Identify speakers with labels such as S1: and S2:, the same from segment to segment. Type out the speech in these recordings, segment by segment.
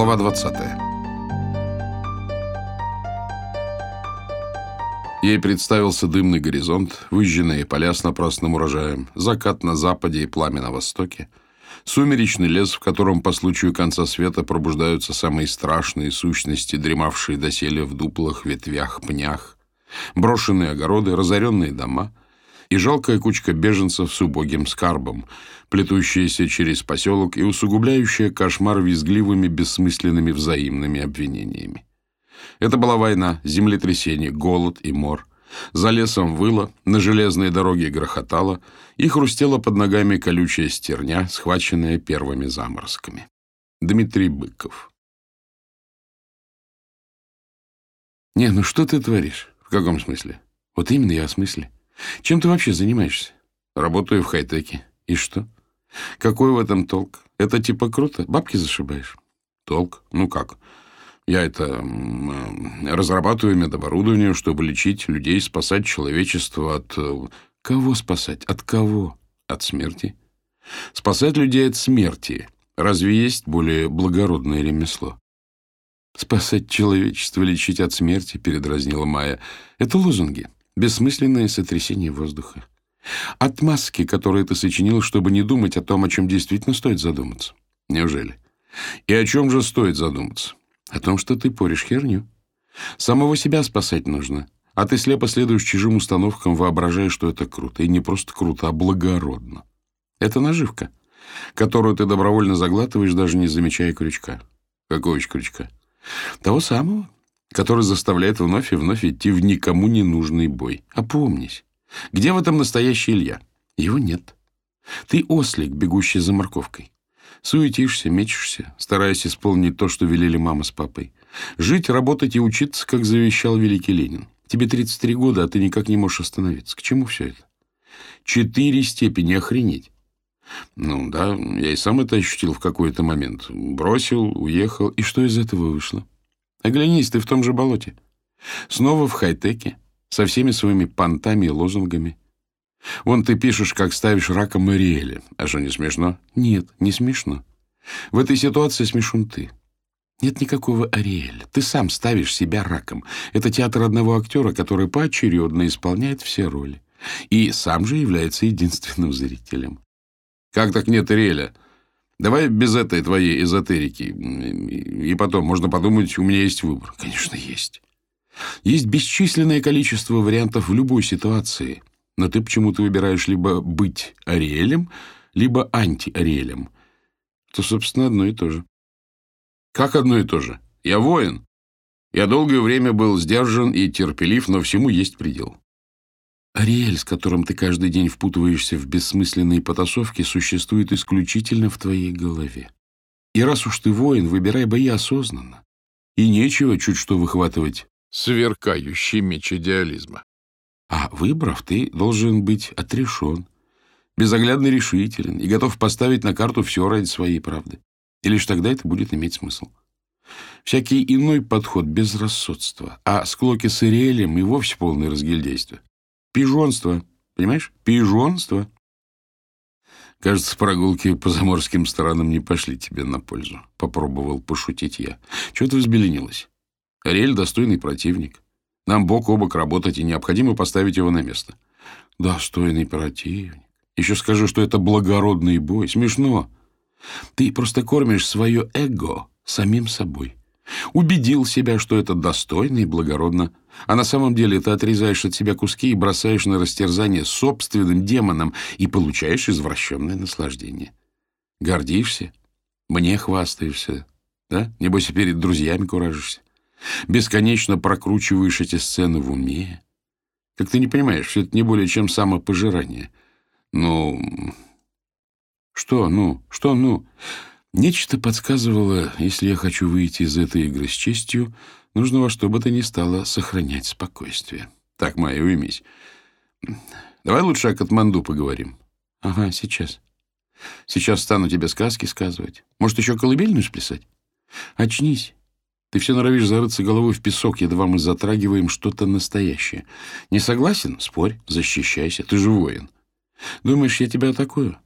S1: Глава 20. Ей представился дымный горизонт, выжженные поля с напрасным урожаем, закат на западе и пламя на востоке, сумеречный лес, в котором по случаю конца света пробуждаются самые страшные сущности, дремавшие доселе в дуплах, ветвях, пнях, брошенные огороды, разоренные дома и жалкая кучка беженцев с убогим скарбом, плетущаяся через поселок и усугубляющая кошмар визгливыми бессмысленными взаимными обвинениями. Это была война, землетрясение, голод и мор. За лесом выло, на железной дороге грохотало, и хрустела под ногами колючая стерня, схваченная первыми заморозками. Дмитрий Быков. «Не, ну что ты творишь? В каком смысле?» «Вот именно я о смысле. Чем ты вообще занимаешься?» «Работаю в хай-теке. И что? Какой в этом толк? Это типа круто? Бабки зашибаешь?» «Толк? Ну как? Я разрабатываю медоборудование, чтобы лечить людей, спасать человечество от... Кого спасать? От кого? От смерти. Спасать людей от смерти. Разве есть более благородное ремесло? Спасать человечество, лечить от смерти, передразнила Майя. Это лозунги. Бессмысленное сотрясение воздуха. Отмазки, которые ты сочинил, чтобы не думать о том, о чем действительно стоит задуматься. Неужели? И о чем же стоит задуматься? О том, что ты порешь херню. Самого себя спасать нужно. А ты слепо следуешь чужим установкам, воображая, что это круто. И не просто круто, а благородно. Это наживка, которую ты добровольно заглатываешь, даже не замечая крючка. Какого еще крючка? Того самого, который заставляет вновь и вновь идти в никому не нужный бой. Опомнись. Где в этом настоящий Илья? Его нет. Ты ослик, бегущий за морковкой. Суетишься, мечешься, стараясь исполнить то, что велели мама с папой. Жить, работать и учиться, как завещал великий Ленин. Тебе 33 года, а ты никак не можешь остановиться. К чему все это? 4 степени, охренеть. Ну да, я и сам это ощутил в какой-то момент. Бросил, уехал. И что из этого вышло? Оглянись, ты в том же болоте. Снова в хай-теке, со всеми своими понтами и лозунгами. Вон ты пишешь, как ставишь раком Ариэля. А что, не смешно? Нет, не смешно. В этой ситуации смешон ты. Нет никакого Ариэля. Ты сам ставишь себя раком. Это театр одного актера, который поочередно исполняет все роли. И сам же является единственным зрителем. Как так нет Ариэля? Давай без этой твоей эзотерики. И потом, можно подумать, у меня есть выбор. Конечно, есть. Есть бесчисленное количество вариантов в любой ситуации. Но ты почему-то выбираешь либо быть Ариэлем, либо анти-Ариэлем. Это, собственно, одно и то же. Как одно и то же? Я воин. Я долгое время был сдержан и терпелив, но всему есть предел. Ариэль, с которым ты каждый день впутываешься в бессмысленные потасовки, существует исключительно в твоей голове. И раз уж ты воин, выбирай бои осознанно. И нечего чуть что выхватывать сверкающий меч идеализма. А выбрав, ты должен быть отрешен, безоглядно решителен и готов поставить на карту все ради своей правды. И лишь тогда это будет иметь смысл. Всякий иной подход — безрассудство, а склоки с Ариэлем и вовсе полное разгильдяйство. Пижонство, понимаешь? Пижонство. Кажется, прогулки по заморским странам не пошли тебе на пользу. Попробовал пошутить я. Чего ты взбеленилась? Ариэль — достойный противник. Нам бок о бок работать, и необходимо поставить его на место. Достойный противник. Еще скажу, что это благородный бой. Смешно. Ты просто кормишь свое эго самим собой. Убедил себя, что это достойно и благородно. А на самом деле ты отрезаешь от себя куски и бросаешь на растерзание собственным демонам и получаешь извращенное наслаждение. Гордишься? Мне хвастаешься. Да? Небось, и перед друзьями куражишься. Бесконечно прокручиваешь эти сцены в уме. Как ты не понимаешь, все это не более чем самопожирание. Ну... Что ну? Нечто подсказывало, если я хочу выйти из этой игры с честью, нужно во что бы то ни стало сохранять спокойствие. Так, Майя, уймись. Давай лучше о Катманду поговорим. Ага, сейчас. Сейчас стану тебе сказки сказывать. Может, еще колыбельную сплясать? Очнись. Ты все норовишь зарыться головой в песок, едва мы затрагиваем что-то настоящее. Не согласен? Спорь, защищайся. Ты же воин. Думаешь, я тебя атакую?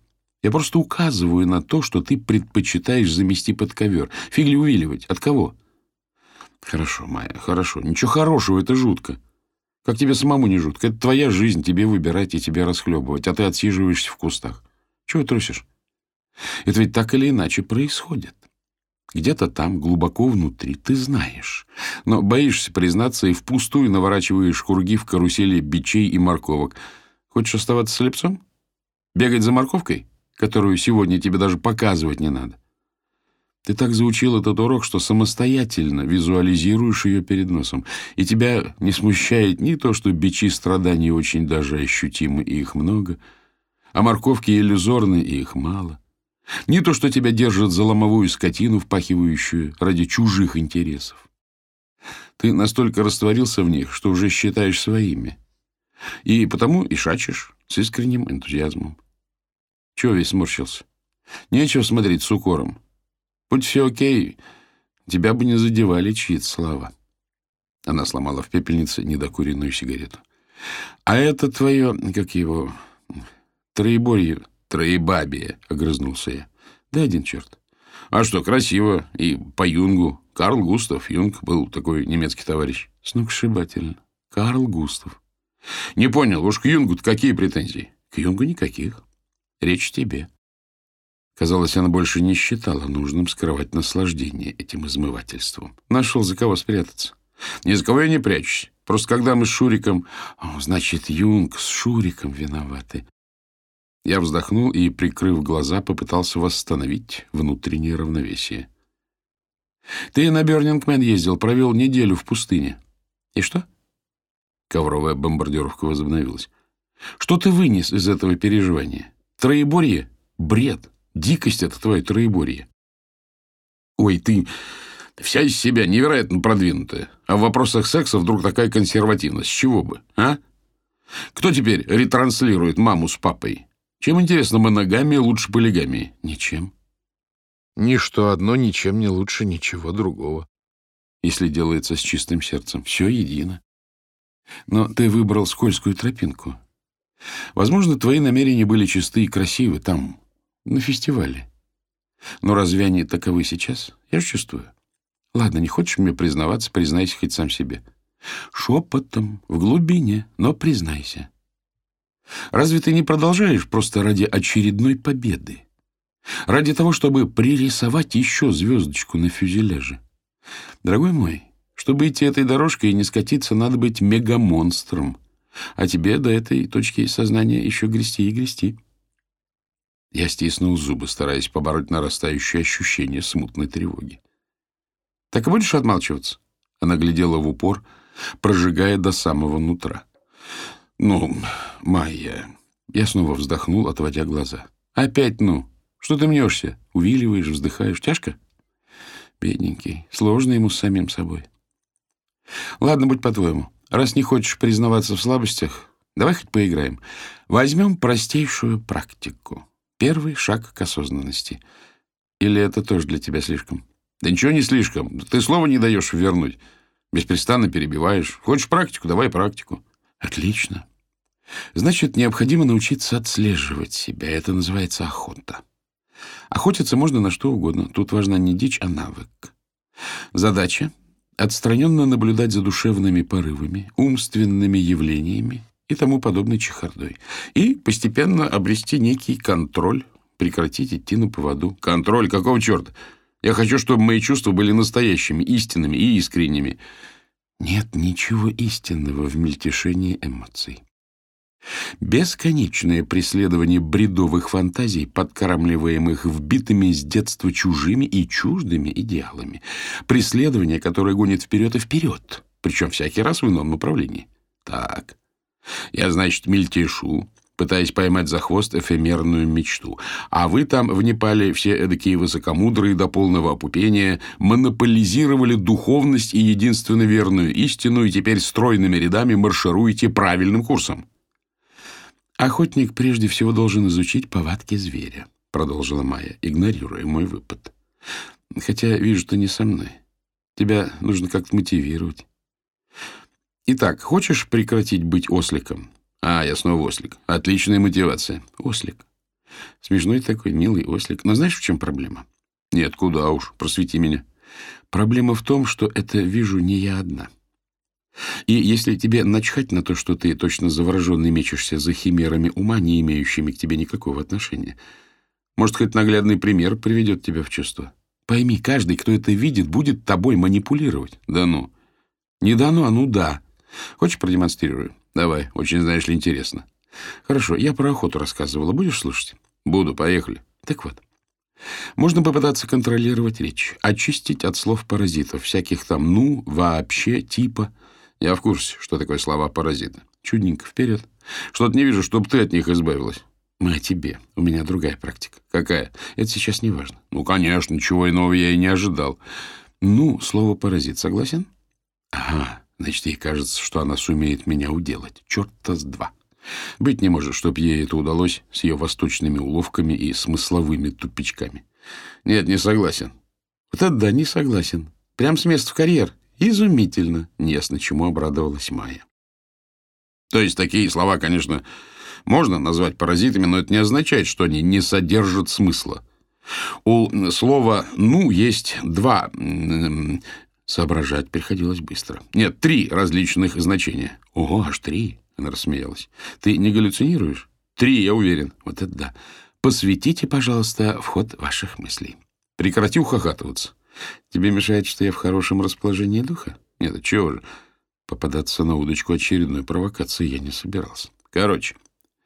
S1: Я просто указываю на то, что ты предпочитаешь замести под ковер. Фигли увиливать. От кого? Хорошо, Майя, хорошо. Ничего хорошего, это жутко. Как тебе самому не жутко? Это твоя жизнь, тебе выбирать и тебе расхлебывать, а ты отсиживаешься в кустах. Чего трусишь? Это ведь так или иначе происходит. Где-то там, глубоко внутри, ты знаешь. Но боишься признаться и впустую наворачиваешь круги в карусели бичей и морковок. Хочешь оставаться слепцом? Бегать за морковкой, которую сегодня тебе даже показывать не надо? Ты так заучил этот урок, что самостоятельно визуализируешь ее перед носом. И тебя не смущает ни то, что бичи страданий очень даже ощутимы, и их много, а морковки иллюзорны, и их мало. Не то, что тебя держат за ломовую скотину, впахивающую ради чужих интересов. Ты настолько растворился в них, что уже считаешь своими. И потому и шачешь с искренним энтузиазмом. Чего весь сморщился? Нечего смотреть с укором. Будь все окей, тебя бы не задевали чьи-то слова. Она сломала в пепельнице недокуренную сигарету. А это твое, как его, троеборье... «Троебабие», — огрызнулся я. «Да один черт». «А что, красиво. И по Юнгу. Карл Густав Юнг был такой немецкий товарищ». «Сногсшибательно. Карл Густав». «Не понял, уж к Юнгу-то какие претензии?» «К Юнгу никаких. Речь о тебе». Казалось, она больше не считала нужным скрывать наслаждение этим измывательством. Нашел, за кого спрятаться. «Ни за кого я не прячусь. Просто когда мы с Шуриком...» «Значит, Юнг с Шуриком виноваты». Я вздохнул и, прикрыв глаза, попытался восстановить внутреннее равновесие. «Ты на Бёрнинг-Мэн ездил, провел неделю в пустыне. И что?» Ковровая бомбардировка возобновилась. «Что ты вынес из этого переживания? Троеборье? Бред. Дикость — это твое троеборье». «Ой, ты вся из себя невероятно продвинутая. А в вопросах секса вдруг такая консервативность. С чего бы, а? Кто теперь ретранслирует маму с папой? Чем, интересно, моногамия лучше полигамии? Ничем. Ничто одно ничем не лучше ничего другого. Если делается с чистым сердцем, все едино. Но ты выбрал скользкую тропинку. Возможно, твои намерения были чисты и красивы там, на фестивале. Но разве они таковы сейчас? Я же чувствую. Ладно, не хочешь мне признаваться, признайся хоть сам себе. Шепотом, в глубине, но признайся. Разве ты не продолжаешь просто ради очередной победы? Ради того, чтобы пририсовать еще звездочку на фюзеляже? Дорогой мой, чтобы идти этой дорожкой и не скатиться, надо быть мегамонстром. А тебе до этой точки сознания еще грести и грести. Я стиснул зубы, стараясь побороть нарастающее ощущение смутной тревоги. Так и будешь отмалчиваться? Она глядела в упор, прожигая до самого нутра. «Ну, Майя...» Я снова вздохнул, отводя глаза. «Опять ну? Что ты мнешься? Увиливаешь, вздыхаешь. Тяжко?» «Бедненький. Сложно ему с самим собой». «Ладно, будь по-твоему. Раз не хочешь признаваться в слабостях, давай хоть поиграем. Возьмем простейшую практику. Первый шаг к осознанности. Или это тоже для тебя слишком?» «Да ничего не слишком. Ты слова не даешь вернуть. Беспрестанно перебиваешь. Хочешь практику? Давай практику». «Отлично. Значит, необходимо научиться отслеживать себя. Это называется охота. Охотиться можно на что угодно. Тут важна не дичь, а навык. Задача — отстраненно наблюдать за душевными порывами, умственными явлениями и тому подобной чехардой. И постепенно обрести некий контроль, прекратить идти на поводу». «Контроль? Какого черта? Я хочу, чтобы мои чувства были настоящими, истинными и искренними». Нет ничего истинного в мельтешении эмоций. Бесконечное преследование бредовых фантазий, подкармливаемых вбитыми с детства чужими и чуждыми идеалами. Преследование, которое гонит вперед и вперед, причем всякий раз в ином направлении. Так, я, значит, мельтешу, пытаясь поймать за хвост эфемерную мечту. А вы там, в Непале, все эдакие высокомудрые до полного опупения, монополизировали духовность и единственно верную истину, и теперь стройными рядами маршируете правильным курсом. «Охотник прежде всего должен изучить повадки зверя», — продолжила Майя, игнорируя мой выпад. «Хотя вижу, ты не со мной. Тебя нужно как-то мотивировать. Итак, хочешь прекратить быть осликом?» «А, я снова ослик. Отличная мотивация. Ослик. Смешной такой, милый ослик. Но знаешь, в чем проблема? Нет, куда уж, просвети меня. Проблема в том, что это вижу не я одна. И если тебе начхать на то, что ты точно завороженный мечешься за химерами ума, не имеющими к тебе никакого отношения, может, хоть наглядный пример приведет тебя в чувство. Пойми, каждый, кто это видит, будет тобой манипулировать. Да ну. Не да ну, а ну да. Хочешь, продемонстрирую? Давай, очень, знаешь ли, интересно. Хорошо, я про охоту рассказывала. Будешь слушать? Буду, поехали. Так вот. Можно попытаться контролировать речь, очистить от слов-паразитов, всяких там «ну», «вообще», «типа». Я в курсе, что такое слова-паразиты. Чудненько, вперед. Что-то не вижу, чтобы ты от них избавилась. Мы о тебе. У меня другая практика. Какая? Это сейчас не важно. Ну, конечно, ничего иного я и не ожидал. Ну, слово «паразит». Согласен? Ага, значит, ей кажется, что она сумеет меня уделать. Черта с два. Быть не может, чтоб ей это удалось с ее восточными уловками и смысловыми тупичками. Нет, не согласен. Вот это да, не согласен. Прям с места в карьер. Изумительно. Неясно, чему обрадовалась Майя. То есть такие слова, конечно, можно назвать паразитами, но это не означает, что они не содержат смысла. У слова «ну» есть два... Соображать приходилось быстро. Нет, 3 различных значения. Ого, аж 3. Она рассмеялась. Ты не галлюцинируешь? 3, я уверен. Вот это да. Посвятите, пожалуйста, в ход ваших мыслей. Прекрати ухахатываться. Тебе мешает, что я в хорошем расположении духа? Нет, а чего же? Попадаться на удочку очередной провокации я не собирался. Короче,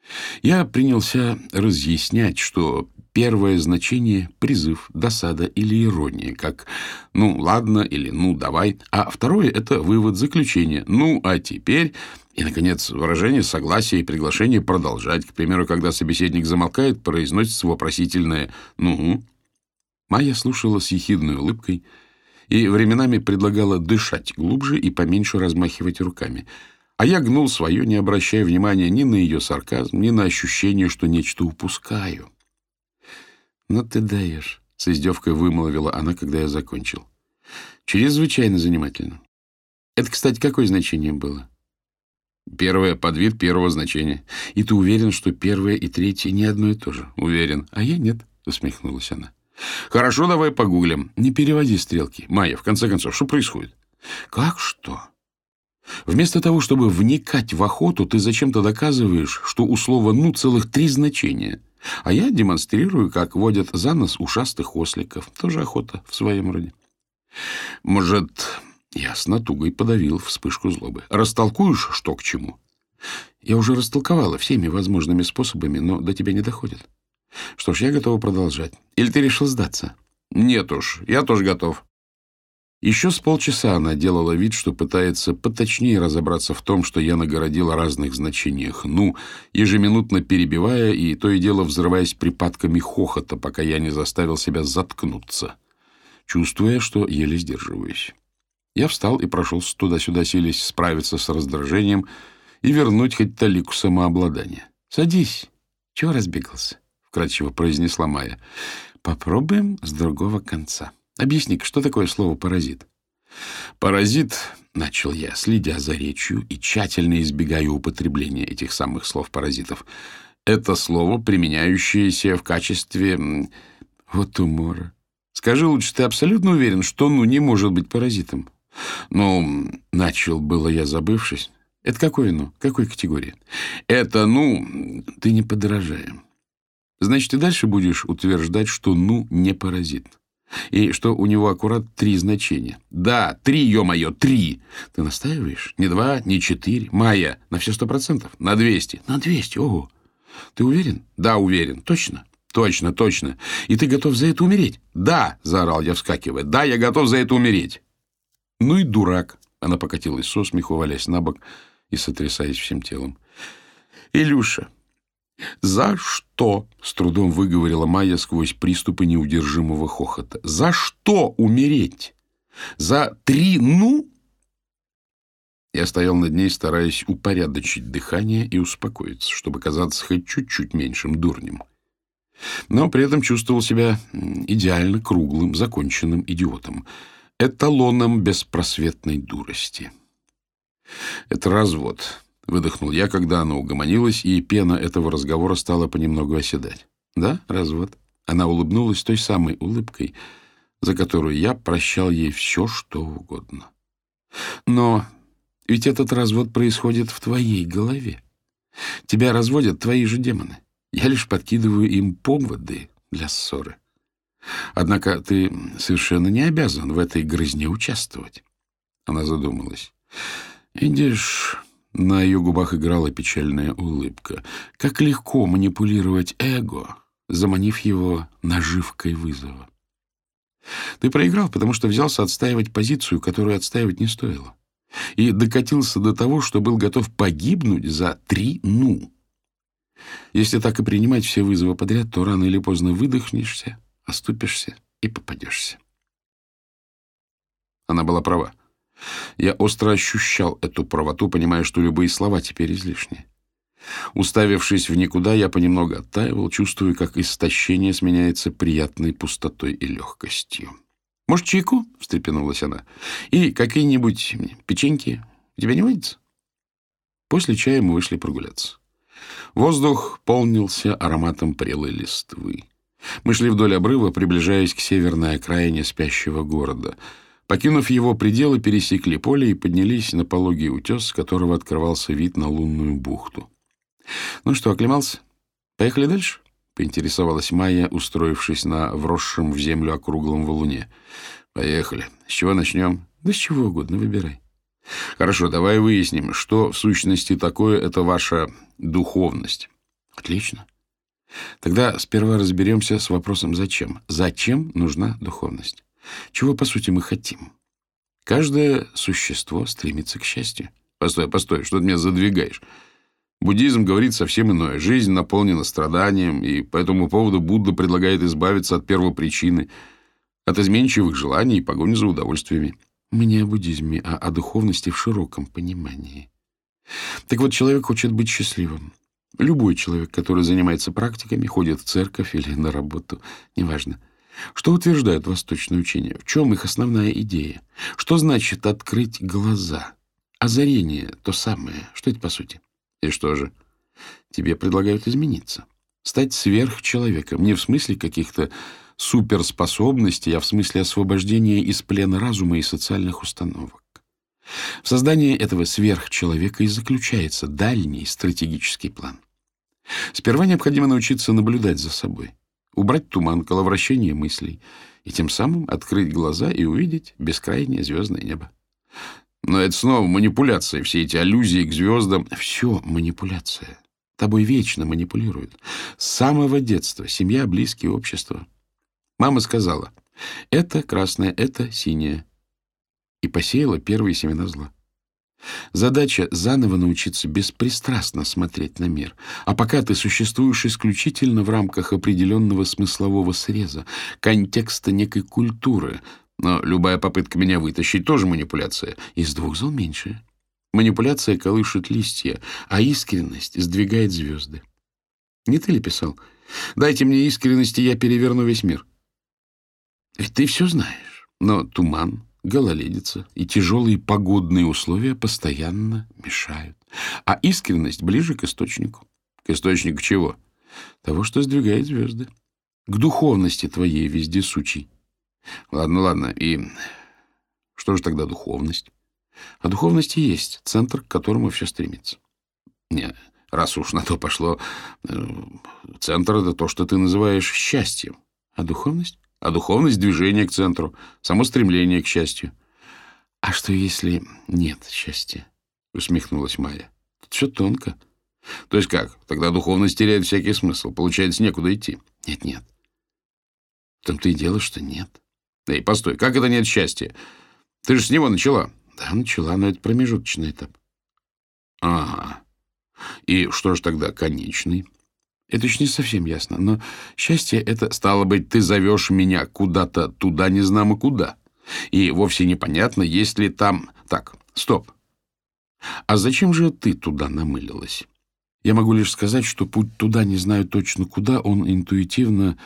S1: я принялся разъяснять, что первое значение — призыв, досада или ирония, как «ну, ладно» или «ну, давай», а второе — это вывод, заключение «ну, а теперь...» и, наконец, выражение согласия и приглашение продолжать. К примеру, когда собеседник замолкает, произносится вопросительное «ну». Майя слушала с ехидной улыбкой и временами предлагала дышать глубже и поменьше размахивать руками. А я гнул свое, не обращая внимания ни на ее сарказм, ни на ощущение, что нечто упускаю. «Ну ты даешь», — с издевкой вымолвила она, когда я закончил. «Чрезвычайно занимательно. Это, кстати, какое значение было?» «Первое — подвид первого значения. И ты уверен, что первое и третье не одно и то же?» «Уверен. А я нет», — усмехнулась она. «Хорошо, давай погуглим. Не переводи стрелки. Майя, в конце концов, что происходит?» «Как что?» «Вместо того, чтобы вникать в охоту, ты зачем-то доказываешь, что у слова «ну» целых 3 значения. А я демонстрирую, как водят за нос ушастых осликов. Тоже охота в своем роде». «Может...» Я с натугой подавил вспышку злобы. «Растолкуешь, что к чему?» «Я уже растолковала всеми возможными способами, но до тебя не доходит. Что ж, я готова продолжать. Или ты решил сдаться?» «Нет уж, я тоже готов». Еще с полчаса она делала вид, что пытается поточнее разобраться в том, что я нагородил о разных значениях «ну», ежеминутно перебивая и то и дело взрываясь припадками хохота, пока я не заставил себя заткнуться, чувствуя, что еле сдерживаюсь. Я встал и прошелся туда-сюда, силясь справиться с раздражением и вернуть хоть талику самообладания. «Садись. Чего разбегался?» — вкратчиво произнесла Майя. «Попробуем с другого конца. Объясни-ка, что такое слово «паразит»?» «Паразит», — начал я, следя за речью и тщательно избегая употребления этих самых слов-паразитов, это слово, применяющееся в качестве... Вот умора. Скажи лучше, ты абсолютно уверен, что «ну» не может быть паразитом? «Ну, начал было я, забывшись. Это какое «ну»? Какой категории?» «Это «ну», ты не подражай. Значит, ты дальше будешь утверждать, что «ну» не паразит. И что у него аккурат 3 значения. Да, 3, ё-моё, 3. Ты настаиваешь? Не 2, не 4. Майя, на все 100%? На 200. На 200, ого. Ты уверен? Да, уверен. Точно? Точно, точно. И ты готов за это умереть? Да, заорал я, вскакивая. Да, я готов за это умереть. Ну и дурак. Она покатилась со смеху, валясь на бок и сотрясаясь всем телом. Илюша, «За что?» — с трудом выговорила Майя сквозь приступы неудержимого хохота. «За что умереть? За 3 «ну»?» Я стоял над ней, стараясь упорядочить дыхание и успокоиться, чтобы казаться хоть чуть-чуть меньшим дурнем. Но при этом чувствовал себя идеально круглым, законченным идиотом, эталоном беспросветной дурости. «Это развод», — выдохнул я, когда она угомонилась, и пена этого разговора стала понемногу оседать. Да, развод. Она улыбнулась той самой улыбкой, за которую я прощал ей все, что угодно. Но ведь этот развод происходит в твоей голове. Тебя разводят твои же демоны. Я лишь подкидываю им поводы для ссоры. Однако ты совершенно не обязан в этой грызне участвовать. Она задумалась. Видишь, на ее губах играла печальная улыбка. Как легко манипулировать эго, заманив его наживкой вызова. Ты проиграл, потому что взялся отстаивать позицию, которую отстаивать не стоило. И докатился до того, что был готов погибнуть за 3 «ну». Если так и принимать все вызовы подряд, то рано или поздно выдохнешься, оступишься и попадешься. Она была права. Я остро ощущал эту правоту, понимая, что любые слова теперь излишни. Уставившись в никуда, я понемногу оттаивал, чувствуя, как истощение сменяется приятной пустотой и легкостью. «Может, чайку?» — встрепенулась она. «И какие-нибудь печеньки? У тебя не водится?» После чая мы вышли прогуляться. Воздух полнился ароматом прелой листвы. Мы шли вдоль обрыва, приближаясь к северной окраине спящего города. Покинув его пределы, пересекли поле и поднялись на пологий утес, с которого открывался вид на лунную бухту. «Ну что, оклемался? Поехали дальше?» — поинтересовалась Майя, устроившись на вросшем в землю округлом валуне. «Поехали. С чего начнем?» «Да с чего угодно, выбирай». «Хорошо, давай выясним, что в сущности такое это ваша духовность». «Отлично. Тогда сперва разберемся с вопросом «зачем?». Зачем нужна духовность? Чего, по сути, мы хотим? Каждое существо стремится к счастью». «Постой, что ты меня задвигаешь? Буддизм говорит совсем иное. Жизнь наполнена страданием, и по этому поводу Будда предлагает избавиться от первопричины, от изменчивых желаний и погони за удовольствиями». Мы не о буддизме, а о духовности в широком понимании. Так вот, человек хочет быть счастливым. Любой человек, который занимается практиками, ходит в церковь или на работу, неважно. Что утверждают восточные учения? В чем их основная идея? Что значит открыть глаза? Озарение — то самое. Что это по сути? И что же? Тебе предлагают измениться. Стать сверхчеловеком. Не в смысле каких-то суперспособностей, а в смысле освобождения из плена разума и социальных установок. В создании этого сверхчеловека и заключается дальний стратегический план. Сперва необходимо научиться наблюдать за собой, убрать туман, коловращение мыслей, и тем самым открыть глаза и увидеть бескрайнее звездное небо. Но это снова манипуляция, все эти аллюзии к звездам. Все манипуляция. Тобой вечно манипулируют. С самого детства. Семья, близкие, общество. Мама сказала: это красное, это синее. И посеяла первые семена зла. Задача — заново научиться беспристрастно смотреть на мир. А пока ты существуешь исключительно в рамках определенного смыслового среза, контекста некой культуры. Но любая попытка меня вытащить тоже манипуляция. Из двух зол меньше. Манипуляция колышет листья, а искренность сдвигает звезды. Не ты ли писал? «Дайте мне искренности, я переверну весь мир». Ведь ты все знаешь, но туман, гололедица и тяжелые погодные условия постоянно мешают. А искренность ближе к источнику. К источнику чего? Того, что сдвигает звезды. К духовности твоей вездесучей. Ладно. И что же тогда духовность? А духовность и есть центр, к которому все стремится. Не, раз уж на то пошло, центр — это то, что ты называешь счастьем. А духовность? А духовность — движение к центру, само стремление к счастью. — А что, если нет счастья? — усмехнулась Майя. — Тут все тонко. — То есть как? Тогда духовность теряет всякий смысл. Получается, некуда идти. — Нет. В том-то и дело, что нет. — Эй, постой, как это нет счастья? Ты же с него начала. — Да, начала, но это промежуточный этап. — Ага. И что же тогда конечный? Это еще не совсем ясно, но счастье — это, стало быть, ты зовешь меня куда-то туда незнамо куда. И вовсе непонятно, есть ли там... Так, стоп. А зачем же ты туда намылилась? Я могу лишь сказать, что путь туда, не знаю точно куда, он интуитивно...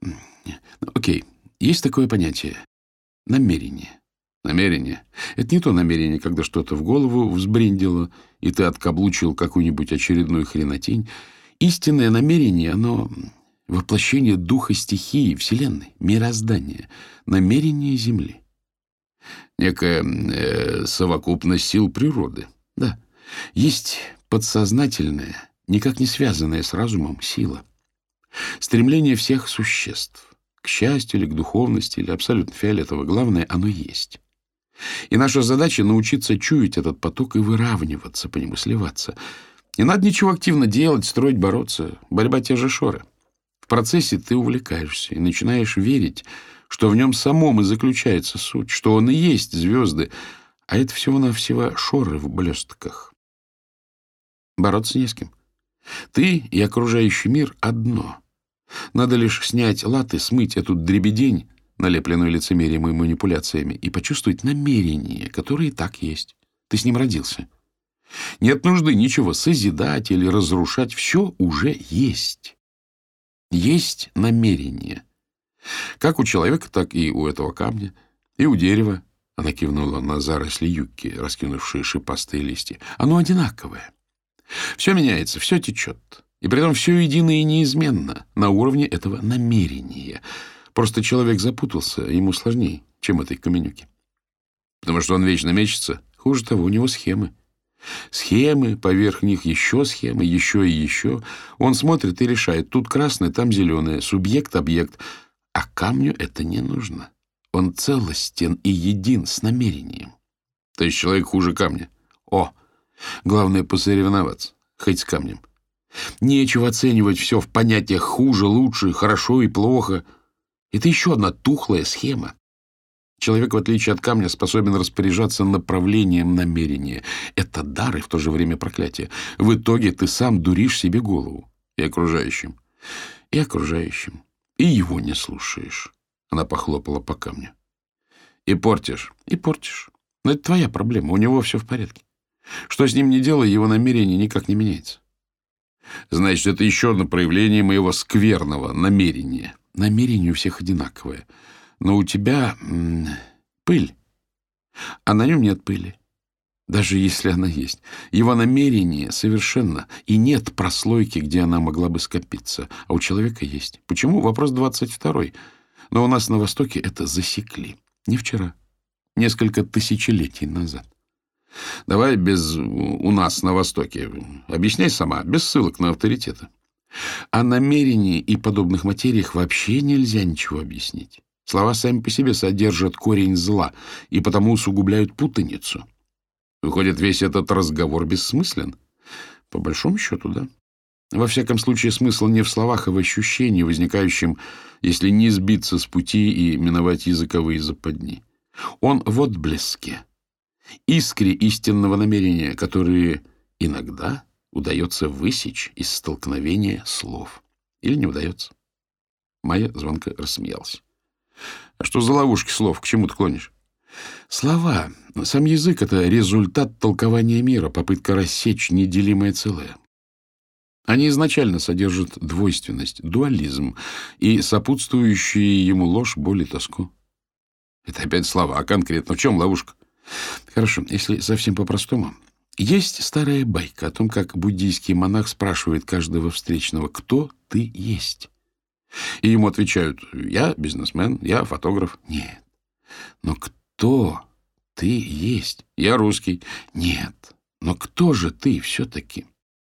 S1: Окей, есть такое понятие — намерение. Намерение — это не то намерение, когда что-то в голову взбрендило, и ты откаблучил какую-нибудь очередную хренотень. Истинное намерение, оно воплощение духа стихии, Вселенной, мироздания, намерения Земли. Некая совокупность сил природы. Да, есть подсознательная, никак не связанная с разумом сила. Стремление всех существ к счастью или к духовности, или абсолютно фиолетово. Главное, оно есть. И наша задача — научиться чуять этот поток и выравниваться по нему, сливаться. Не надо ничего активно делать, строить, бороться. Борьба — те же шоры. В процессе ты увлекаешься и начинаешь верить, что в нем самом и заключается суть, что он и есть звезды, а это всего-навсего шоры в блестках. Бороться не с кем. Ты и окружающий мир — одно. Надо лишь снять латы, смыть эту дребедень, налепленную лицемерием и манипуляциями, и почувствовать намерение, которое и так есть. Ты с ним родился. Нет нужды ничего созидать или разрушать. Все уже есть. Есть намерение. Как у человека, так и у этого камня, и у дерева. Она кивнула на заросли юкки, раскинувшие шипастые листья. Оно одинаковое. Все меняется, все течет. И притом все едино и неизменно на уровне этого намерения. Просто человек запутался, ему сложнее, чем этой каменюке. Потому что он вечно мечется. Хуже того, у него схемы. Схемы, поверх них еще схемы, еще и еще. Он смотрит и решает. Тут красное, там зеленое. Субъект, объект. А камню это не нужно. Он целостен и един с намерением. То есть человек хуже камня. О, главное посоревноваться. Хоть с камнем. Нечего оценивать все в понятиях хуже, лучше, хорошо и плохо. Это еще одна тухлая схема. Человек, в отличие от камня, способен распоряжаться направлением намерения. Это дар и в то же время проклятие. В итоге ты сам дуришь себе голову. И окружающим. И окружающим. И его не слушаешь. Она похлопала по камню. И портишь. И портишь. Но это твоя проблема. У него все в порядке. Что с ним ни делай, его намерение никак не меняется. Значит, это еще одно проявление моего скверного намерения. Намерение у всех одинаковое. Но у тебя пыль, а на нем нет пыли. Даже если она есть. Его намерение совершенно. И нет прослойки, где она могла бы скопиться. А у человека есть. Почему? Вопрос 22-й. Но у нас на Востоке это засекли. Не вчера. Несколько тысячелетий назад. Давай без «у нас на Востоке». Объясняй сама, без ссылок на авторитеты. О намерении и подобных материях вообще нельзя ничего объяснить. Слова сами по себе содержат корень зла и потому усугубляют путаницу. Выходит, весь этот разговор бессмыслен? По большому счету, да. Во всяком случае, смысл не в словах, а в ощущении, возникающем, если не сбиться с пути и миновать языковые западни. Он в отблеске, искре истинного намерения, которые иногда удается высечь из столкновения слов. Или не удается. Майя звонко рассмеялась. А что за ловушки слов? К чему ты клонишь? Слова. Сам язык — это результат толкования мира, попытка рассечь неделимое целое. Они изначально содержат двойственность, дуализм и сопутствующие ему ложь, боль и тоску. Это опять слова, а конкретно в чем ловушка? Хорошо, если совсем по-простому. Есть старая байка о том, как буддийский монах спрашивает каждого встречного, кто ты есть. И ему отвечают: я бизнесмен, я фотограф. Нет. Но кто ты есть? Я русский. Нет. Но кто же ты все-таки?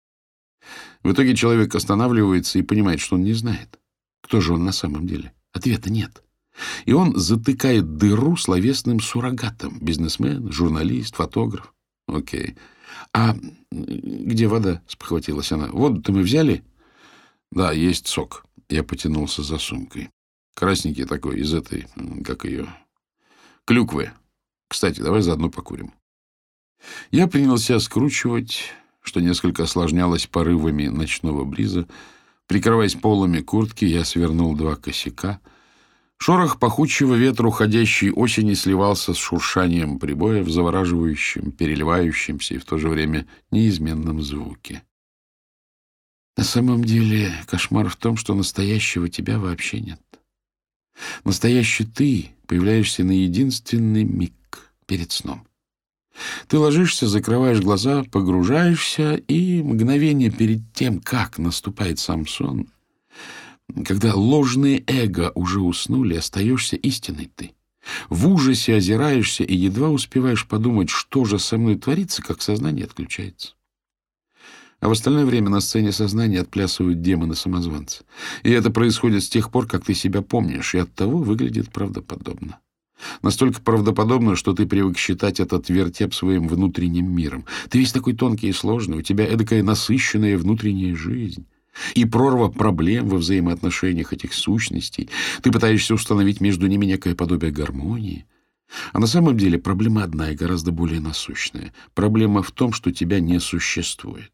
S1: В итоге человек останавливается и понимает, что он не знает. Кто же он на самом деле? Ответа нет. И он затыкает дыру словесным суррогатом. Бизнесмен, журналист, фотограф. Окей. А где вода? Спохватилась она. Воду-то мы взяли? Да, есть сок. Я потянулся за сумкой. Красненький такой, из этой, как ее, клюквы. Кстати, давай заодно покурим. Я принялся скручивать, что несколько осложнялось порывами ночного бриза. Прикрываясь полами куртки, я свернул 2 косяка. Шорох пахучего ветра уходящей осени сливался с шуршанием прибоя в завораживающем, переливающемся и в то же время неизменном звуке. На самом деле кошмар в том, что настоящего тебя вообще нет. Настоящий ты появляешься на единственный миг перед сном. Ты ложишься, закрываешь глаза, погружаешься, и мгновение перед тем, как наступает сам сон, Когда ложные эго уже уснули, остаешься истинной ты. В ужасе озираешься и едва успеваешь подумать, что же со мной творится, как сознание отключается. А в остальное время на сцене сознания отплясывают демоны-самозванцы. И это происходит с тех пор, как ты себя помнишь, и оттого выглядит правдоподобно. Настолько правдоподобно, что ты привык считать этот вертеп своим внутренним миром. Ты весь такой тонкий и сложный, у тебя эдакая насыщенная внутренняя жизнь. И прорва проблем во взаимоотношениях этих сущностей. Ты пытаешься установить между ними некое подобие гармонии. А на самом деле проблема одна и гораздо более насущная. Проблема в том, что тебя не существует.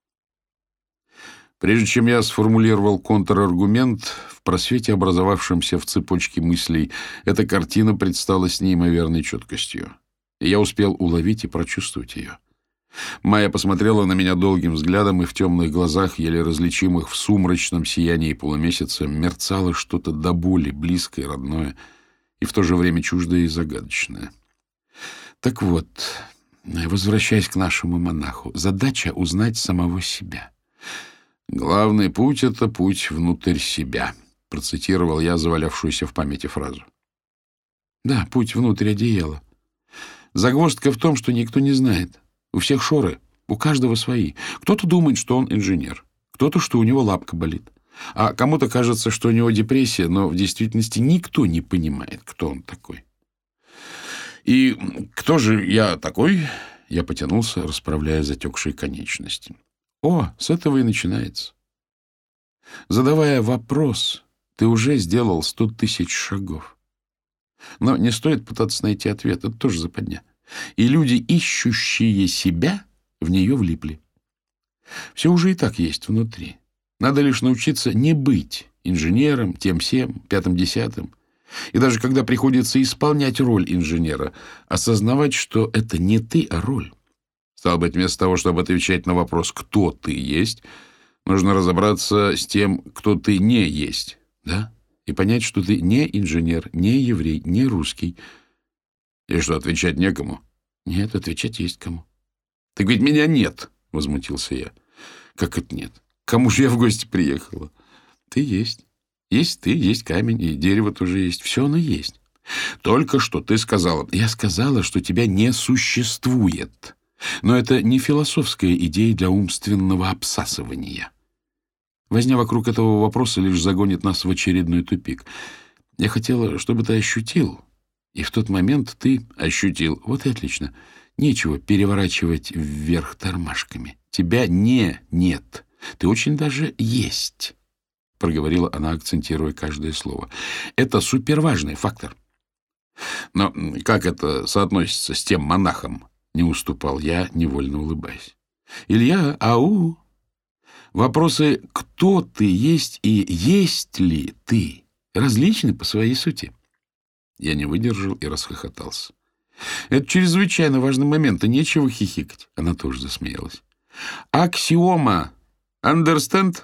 S1: Прежде чем я сформулировал контраргумент, в просвете, образовавшемся в цепочке мыслей, эта картина предстала с неимоверной четкостью. И я успел уловить и прочувствовать ее. Майя посмотрела на меня долгим взглядом, и в темных глазах, еле различимых в сумрачном сиянии полумесяца, мерцало что-то до боли, близкое, родное, и в то же время чуждое и загадочное. Так вот, возвращаясь к нашему монаху, задача — узнать самого себя. «Главный путь — это путь внутрь себя», — процитировал я завалявшуюся в памяти фразу. Да, путь внутрь одеяла. Загвоздка в том, что никто не знает. У всех шоры, у каждого свои. Кто-то думает, что он инженер, кто-то, что у него лапка болит. А кому-то кажется, что у него депрессия, но в действительности никто не понимает, кто он такой. «И кто же я такой?» Я потянулся, расправляя затекшие конечности. О, с этого и начинается. Задавая вопрос, ты уже сделал 100 000 шагов. Но не стоит пытаться найти ответ, это тоже западня. И люди, ищущие себя, в нее влипли. Все уже и так есть внутри. Надо лишь научиться не быть инженером, тем-сем, пятым-десятым. И даже когда приходится исполнять роль инженера, осознавать, что это не ты, а роль. Стало быть, вместо того, чтобы отвечать на вопрос «кто ты есть?», нужно разобраться с тем, кто ты не есть, да? И понять, что ты не инженер, не еврей, не русский. И что, отвечать некому? Нет, отвечать есть кому. Так ведь меня нет, возмутился я. Как это нет? К кому же я в гости приехала? Ты есть. Есть ты, есть камень, и дерево тоже есть. Все оно есть. Только что ты сказала. Я сказала, что тебя не существует. Но это не философская идея для умственного обсасывания. Возня вокруг этого вопроса лишь загонит нас в очередной тупик. Я хотела, чтобы ты ощутил, и в тот момент ты ощутил. Вот и отлично. Нечего переворачивать вверх тормашками. Тебя нет. Ты очень даже есть, проговорила она, акцентируя каждое слово. Это суперважный фактор. Но как это соотносится с тем монахом? Не уступал я, невольно улыбаясь. Илья, ау! Вопросы «кто ты есть» и «есть ли ты» различны по своей сути. Я не выдержал и расхохотался. Это чрезвычайно важный момент, и нечего хихикать. Она тоже засмеялась. Аксиома. Understand?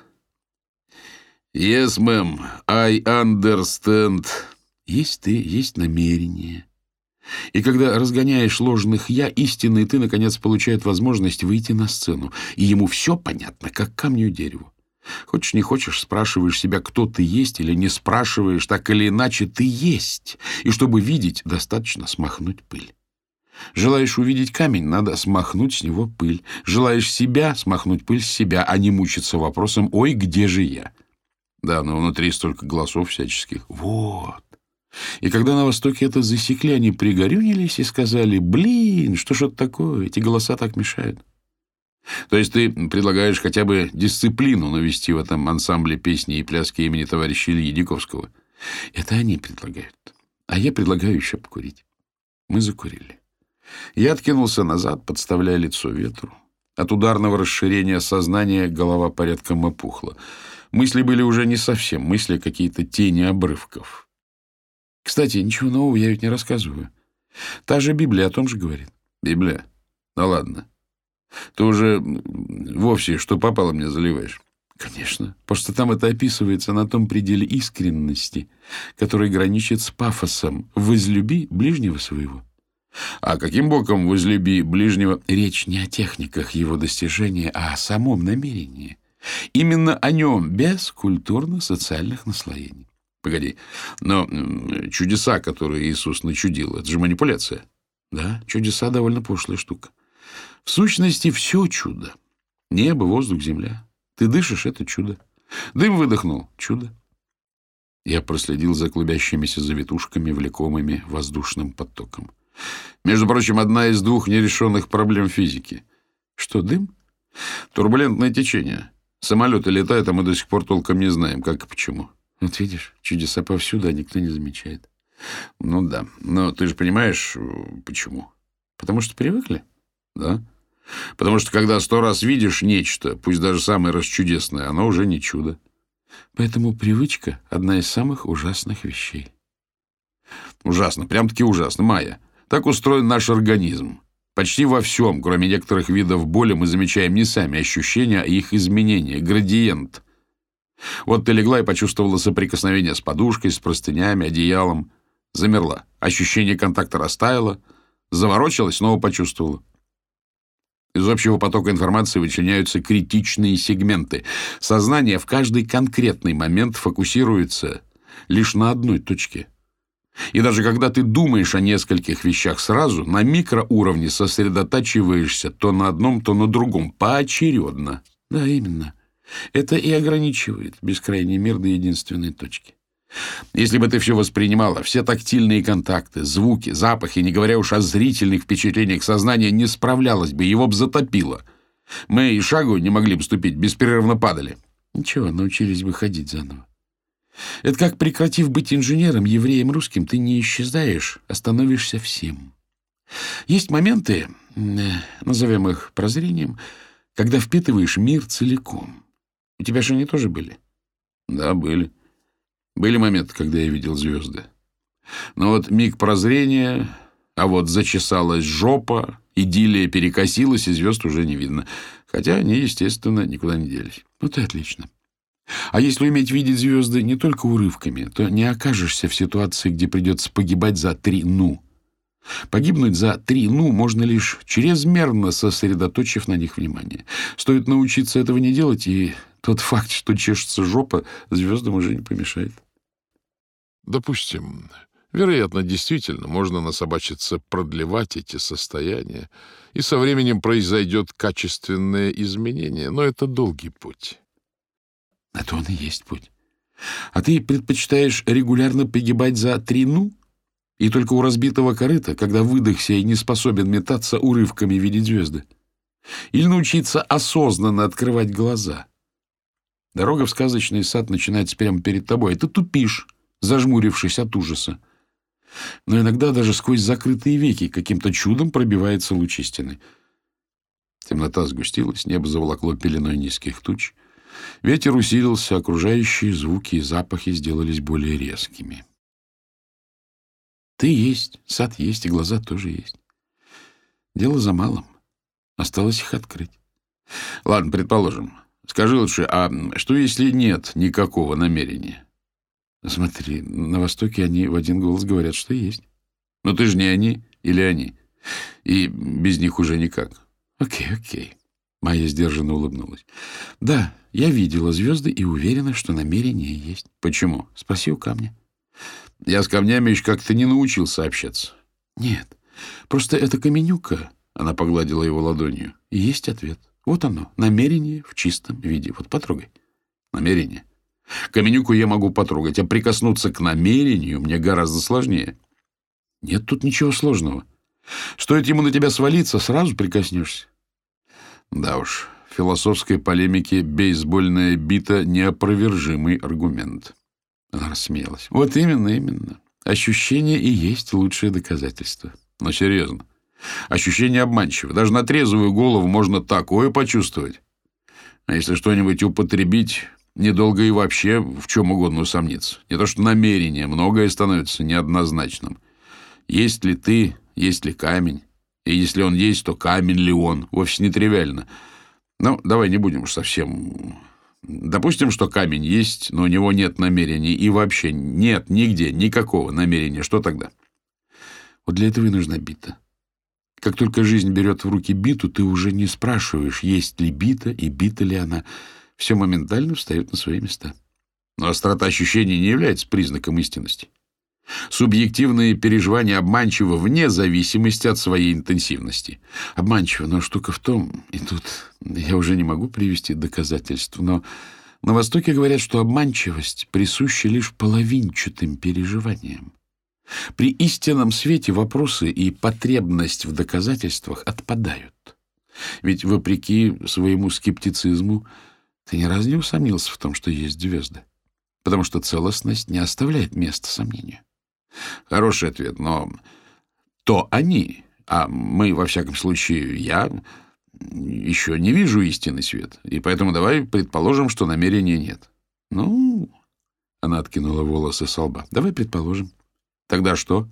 S1: Yes, ma'am, I understand. Есть ты, есть намерение. И когда разгоняешь ложных «я», истинный ты, наконец, получает возможность выйти на сцену, и ему все понятно, как камню дереву. Хочешь, не хочешь, спрашиваешь себя, кто ты есть, или не спрашиваешь, так или иначе ты есть. И чтобы видеть, достаточно смахнуть пыль. Желаешь увидеть камень, надо смахнуть с него пыль. Желаешь себя, смахнуть пыль с себя, а не мучиться вопросом «Ой, где же я?». Да, но внутри столько голосов всяческих. Вот. И когда на Востоке это засекли, они пригорюнились и сказали: «Блин, что ж это такое? Эти голоса так мешают». То есть ты предлагаешь хотя бы дисциплину навести в этом ансамбле песни и пляски имени товарища Ильи Диковского? Это они предлагают. А я предлагаю еще покурить. Мы закурили. Я откинулся назад, подставляя лицо ветру. От ударного расширения сознания голова порядком опухла. Мысли были уже не совсем мысли, а какие-то тени обрывков. Кстати, ничего нового я ведь не рассказываю. Та же Библия о том же говорит. Библия? Ну ладно. Ты уже вовсе что попало мне заливаешь. Конечно, потому что там это описывается на том пределе искренности, который граничит с пафосом «возлюби ближнего своего». А каким боком «возлюби ближнего»? Речь не о техниках его достижения, а о самом намерении. Именно о нем, без культурно-социальных наслоений. Погоди, но чудеса, которые Иисус начудил, это же манипуляция. Да, чудеса довольно пошлая штука. В сущности, все чудо. Небо, воздух, земля. Ты дышишь — это чудо. Дым выдохнул — чудо. Я проследил за клубящимися завитушками, влекомыми воздушным потоком. Между прочим, одна из двух нерешенных проблем физики. Что, дым? Турбулентное течение. Самолеты летают, а мы до сих пор толком не знаем, как и почему. Вот видишь, чудеса повсюду, а никто не замечает. Ну да, но ты же понимаешь, почему? Потому что привыкли, да? Потому что когда 100 раз видишь нечто, пусть даже самое расчудесное, оно уже не чудо. Поэтому привычка — одна из самых ужасных вещей. Ужасно, прям-таки ужасно, Майя. Так устроен наш организм. Почти во всем, кроме некоторых видов боли, мы замечаем не сами ощущения, а их изменения, градиент. Вот ты легла и почувствовала соприкосновение с подушкой, с простынями, одеялом. Замерла. Ощущение контакта растаяло. Заворочилась, снова почувствовала. Из общего потока информации вычленяются критичные сегменты. Сознание в каждый конкретный момент фокусируется лишь на одной точке. И даже когда ты думаешь о нескольких вещах сразу, на микроуровне сосредотачиваешься то на одном, то на другом, поочередно. Да, именно. Это и ограничивает бескрайний мир до единственной точки. Если бы ты все воспринимала, все тактильные контакты, звуки, запахи, не говоря уж о зрительных впечатлениях, сознание не справлялось бы, его бы затопило. Мы и шагу не могли бы ступить, беспрерывно падали. Ничего, научились бы ходить заново. Это как, прекратив быть инженером, евреем, русским, ты не исчезаешь, а становишься всем. Есть моменты, назовем их прозрением, когда впитываешь мир целиком. У тебя же они тоже были? Да, были. Были моменты, когда я видел звезды. Но вот миг прозрения, а вот зачесалась жопа, идиллия перекосилась, и звезд уже не видно. Хотя они, естественно, никуда не делись. Вот и отлично. А если уметь видеть звезды не только урывками, то не окажешься в ситуации, где придется погибать за 3 «ну». Погибнуть за 3 «ну» можно лишь чрезмерно сосредоточив на них внимание. Стоит научиться этого не делать, и тот факт, что чешется жопа, звездам уже не помешает.
S2: Допустим, вероятно, действительно можно насобачиться продлевать эти состояния, и со временем произойдет качественное изменение, но это долгий путь.
S1: Это он и есть путь. А ты предпочитаешь регулярно погибать за 3 «ну»? И только у разбитого корыта, когда выдохся и не способен метаться урывками видеть звезды? Или научиться осознанно открывать глаза? Дорога в сказочный сад начинается прямо перед тобой, и ты тупишь, зажмурившись от ужаса. Но иногда даже сквозь закрытые веки каким-то чудом пробивается луч истины. Темнота сгустилась, небо заволокло пеленой низких туч. Ветер усилился, окружающие звуки и запахи сделались более резкими. Ты есть, сад есть, и глаза тоже есть. Дело за малым. Осталось их открыть. Ладно, предположим. Скажи лучше, а что если нет никакого намерения? Смотри, на Востоке они в один голос говорят, что есть. Но ты же не они или они. И без них уже никак. Окей. Майя сдержанно улыбнулась. Да, я видела звезды и уверена, что намерение есть. Почему? Спроси у камня. Я с камнями еще как-то не научился общаться. Нет, просто эта каменюка, она погладила его ладонью, и есть ответ. Вот оно, намерение в чистом виде. Вот потрогай. Намерение. Каменюку я могу потрогать, а прикоснуться к намерению мне гораздо сложнее. Нет тут ничего сложного. Стоит ему на тебя свалиться, сразу прикоснешься. Да уж, в философской полемике бейсбольная бита — неопровержимый аргумент. Она рассмеялась. Вот именно. Ощущение и есть лучшее доказательство. Но серьезно. Ощущение обманчиво. Даже на трезвую голову можно такое почувствовать. А если что-нибудь употребить, недолго и вообще в чем угодно усомниться. Не то что намерение, многое становится неоднозначным. Есть ли ты, есть ли камень? И если он есть, то камень ли он? Вовсе не тривиально. Ну, давай не будем уж совсем... Допустим, что камень есть, но у него нет намерений, и вообще нет нигде никакого намерения. Что тогда? Вот для этого и нужна бита. Как только жизнь берет в руки биту, ты уже не спрашиваешь, есть ли бита и бита ли она. все моментально встает на свои места. Но острота ощущений не является признаком истинности. Субъективные переживания обманчивы вне зависимости от своей интенсивности. Обманчиво, но штука в том, и тут я уже не могу привести доказательств, но на Востоке говорят, что обманчивость присуща лишь половинчатым переживаниям. При истинном свете вопросы и потребность в доказательствах отпадают. Ведь, вопреки своему скептицизму, ты ни разу не усомнился в том, что есть звезды, потому что целостность не оставляет места сомнению. Хороший ответ, но то они, а мы, во всяком случае, я еще не вижу истинный свет, и поэтому давай предположим, что намерения нет. Ну, она откинула волосы со лба. Давай предположим. Тогда что?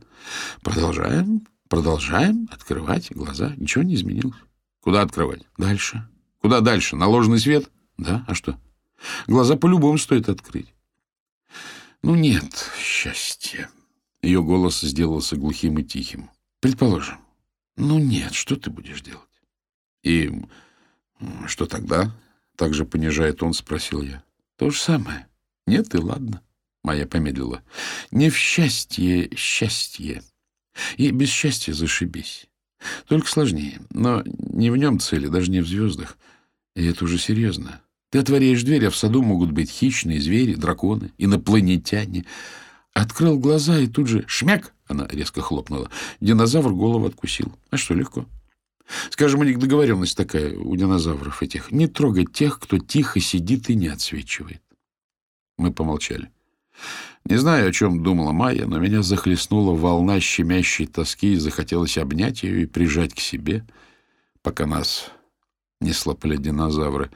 S1: Продолжаем открывать глаза. Ничего не изменилось. Куда открывать? Дальше. Куда дальше? На ложный свет? Да, а что? Глаза по-любому стоит открыть. Ну, нет счастья. Ее голос сделался глухим и тихим. Предположим. Ну, нет, что ты будешь делать? И что тогда? Так же понижает он, спросил я. То же самое. Нет, и ладно. Майя помедлила. Не в счастье счастье. И без счастья зашибись. Только сложнее. Но не в нем цели, даже не в звездах. И это уже серьезно. Ты отворяешь дверь, а в саду могут быть хищные звери, драконы, инопланетяне. Открыл глаза, и тут же шмяк! Она резко хлопнула. Динозавр голову откусил. А что, легко. Скажем, у них договоренность такая, у динозавров этих. Не трогать тех, кто тихо сидит и не отсвечивает. Мы помолчали. Не знаю, о чем думала Майя, но меня захлестнула волна щемящей тоски, и захотелось обнять ее и прижать к себе, пока нас не слопали динозавры.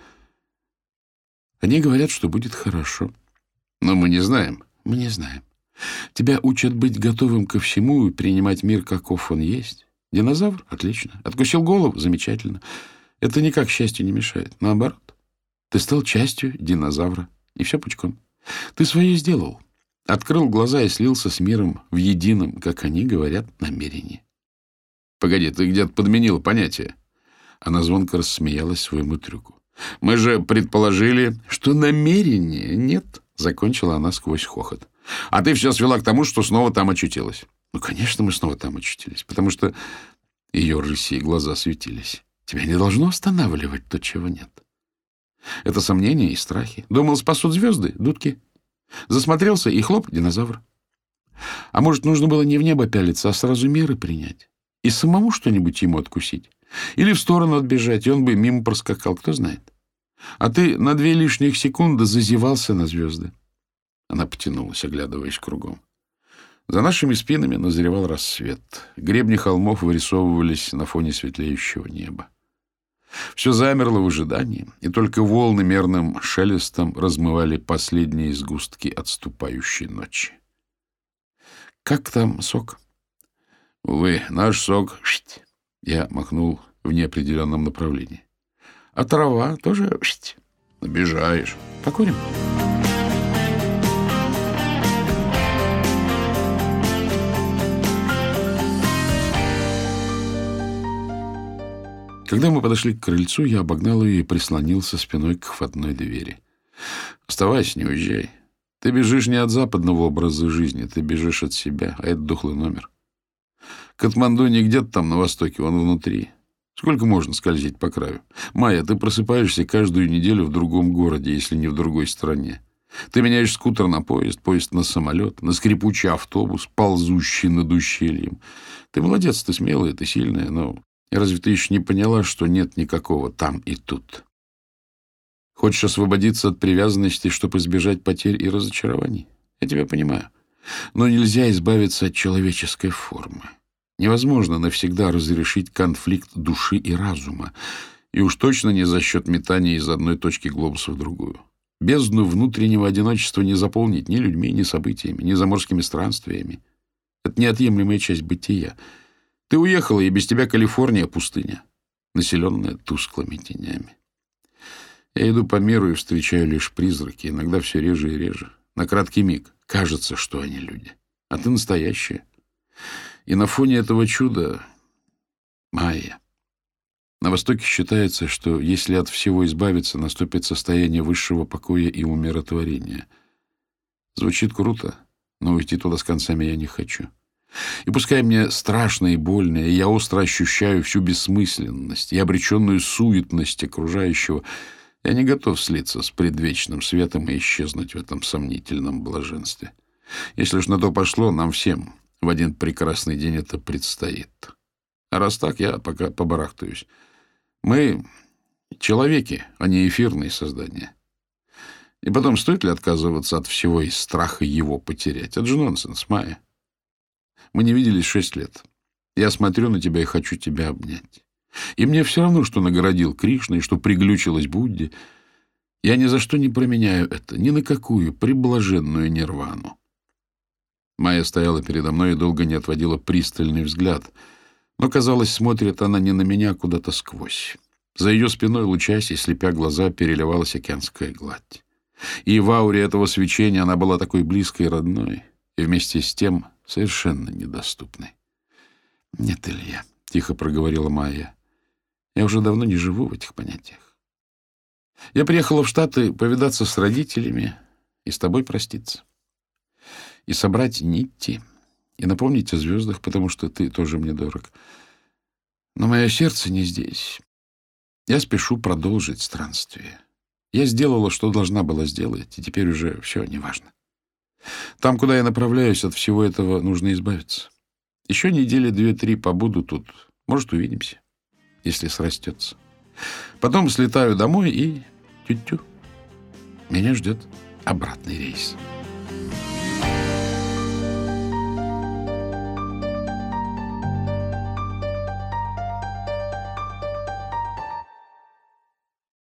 S1: Они говорят, что будет хорошо. Но мы не знаем. Мы не знаем. Тебя учат быть готовым ко всему и принимать мир, каков он есть. Динозавр? Отлично. Откусил голову? Замечательно. Это никак счастью не мешает. Наоборот. Ты стал частью динозавра. И все пучком. Ты свое сделал. Открыл глаза и слился с миром в едином, как они говорят, намерении. Погоди, ты где-то подменил понятие. Она звонко рассмеялась своему трюку. Мы же предположили, что намерения нет, закончила она сквозь хохот. А ты все свела к тому, что снова там очутилась. Ну, конечно, мы снова там очутились, потому что ее рысьи глаза светились. Тебя не должно останавливать то, чего нет. Это сомнения и страхи. Думал, спасут звезды, дудки. Засмотрелся, и хлоп, динозавр. А может, нужно было не в небо пялиться, а сразу меры принять? И самому что-нибудь ему откусить? Или в сторону отбежать, и он бы мимо проскакал, кто знает. А ты на 2 лишних секунды зазевался на звезды. Она потянулась, оглядываясь кругом. За нашими спинами назревал рассвет. Гребни холмов вырисовывались на фоне светлеющего неба. Все замерло в ожидании, и только волны мерным шелестом размывали последние сгустки отступающей ночи. «Как там сок?» «Увы, наш сок...» Я махнул в неопределенном направлении. «А трава тоже...» «Обижаешь. Покурим?» Когда мы подошли к крыльцу, я обогнал ее и прислонился спиной к входной двери. «Оставайся, не уезжай. Ты бежишь не от западного образа жизни, ты бежишь от себя, а это дохлый номер. Катманду не где-то там на востоке, он внутри. Сколько можно скользить по краю? Майя, ты просыпаешься каждую неделю в другом городе, если не в другой стране. Ты меняешь скутер на поезд, поезд на самолет, на скрипучий автобус, ползущий над ущельем. Ты молодец, ты смелая, ты сильная, но разве ты еще не поняла, что нет никакого там и тут? Хочешь освободиться от привязанности, чтобы избежать потерь и разочарований? Я тебя понимаю. Но нельзя избавиться от человеческой формы. Невозможно навсегда разрешить конфликт души и разума, и уж точно не за счет метания из одной точки глобуса в другую. Бездну внутреннего одиночества не заполнить ни людьми, ни событиями, ни заморскими странствиями. Это неотъемлемая часть бытия. Ты уехала, и без тебя Калифорния — пустыня, населенная тусклыми тенями. Я иду по миру и встречаю лишь призраки, иногда все реже и реже. На краткий миг кажется, что они люди. А ты настоящая. И на фоне этого чуда, Майя, На Востоке считается, что если от всего избавиться, наступит состояние высшего покоя и умиротворения. Звучит круто, но уйти туда с концами я не хочу. И пускай мне страшно и больно, и я остро ощущаю всю бессмысленность и обреченную суетность окружающего, я не готов слиться с предвечным светом и исчезнуть в этом сомнительном блаженстве. Если уж на то пошло, нам всем в один прекрасный день это предстоит. А раз так, я пока побарахтаюсь. Мы человеки, а не эфирные создания. И потом, стоит ли отказываться от всего из страха его потерять? Это же нонсенс, Майя. Мы не виделись 6 лет. Я смотрю на тебя и хочу тебя обнять. И мне все равно, что нагородил Кришна и что приглючилось Будде. Я ни за что не променяю это, ни на какую приблаженную нирвану. Майя стояла передо мной и долго не отводила пристальный взгляд. Но, казалось, смотрит она не на меня, а куда-то сквозь. За ее спиной, лучась и слепя глаза, переливалась океанская гладь. И в ауре этого свечения она была такой близкой и родной, и вместе с тем совершенно недоступной. «Нет, Илья», — тихо проговорила Майя, — «я уже давно не живу в этих понятиях. Я приехала в Штаты повидаться с родителями и с тобой проститься. И собрать нити, и напомнить о звездах, потому что ты тоже мне дорог. Но мое сердце не здесь. Я спешу продолжить странствие. Я сделала, что должна была сделать, и теперь уже все неважно. Там, куда я направляюсь, от всего этого нужно избавиться. Еще недели 2-3 побуду тут. Может, увидимся, если срастется. Потом слетаю домой и тю-тю. Меня ждет обратный рейс».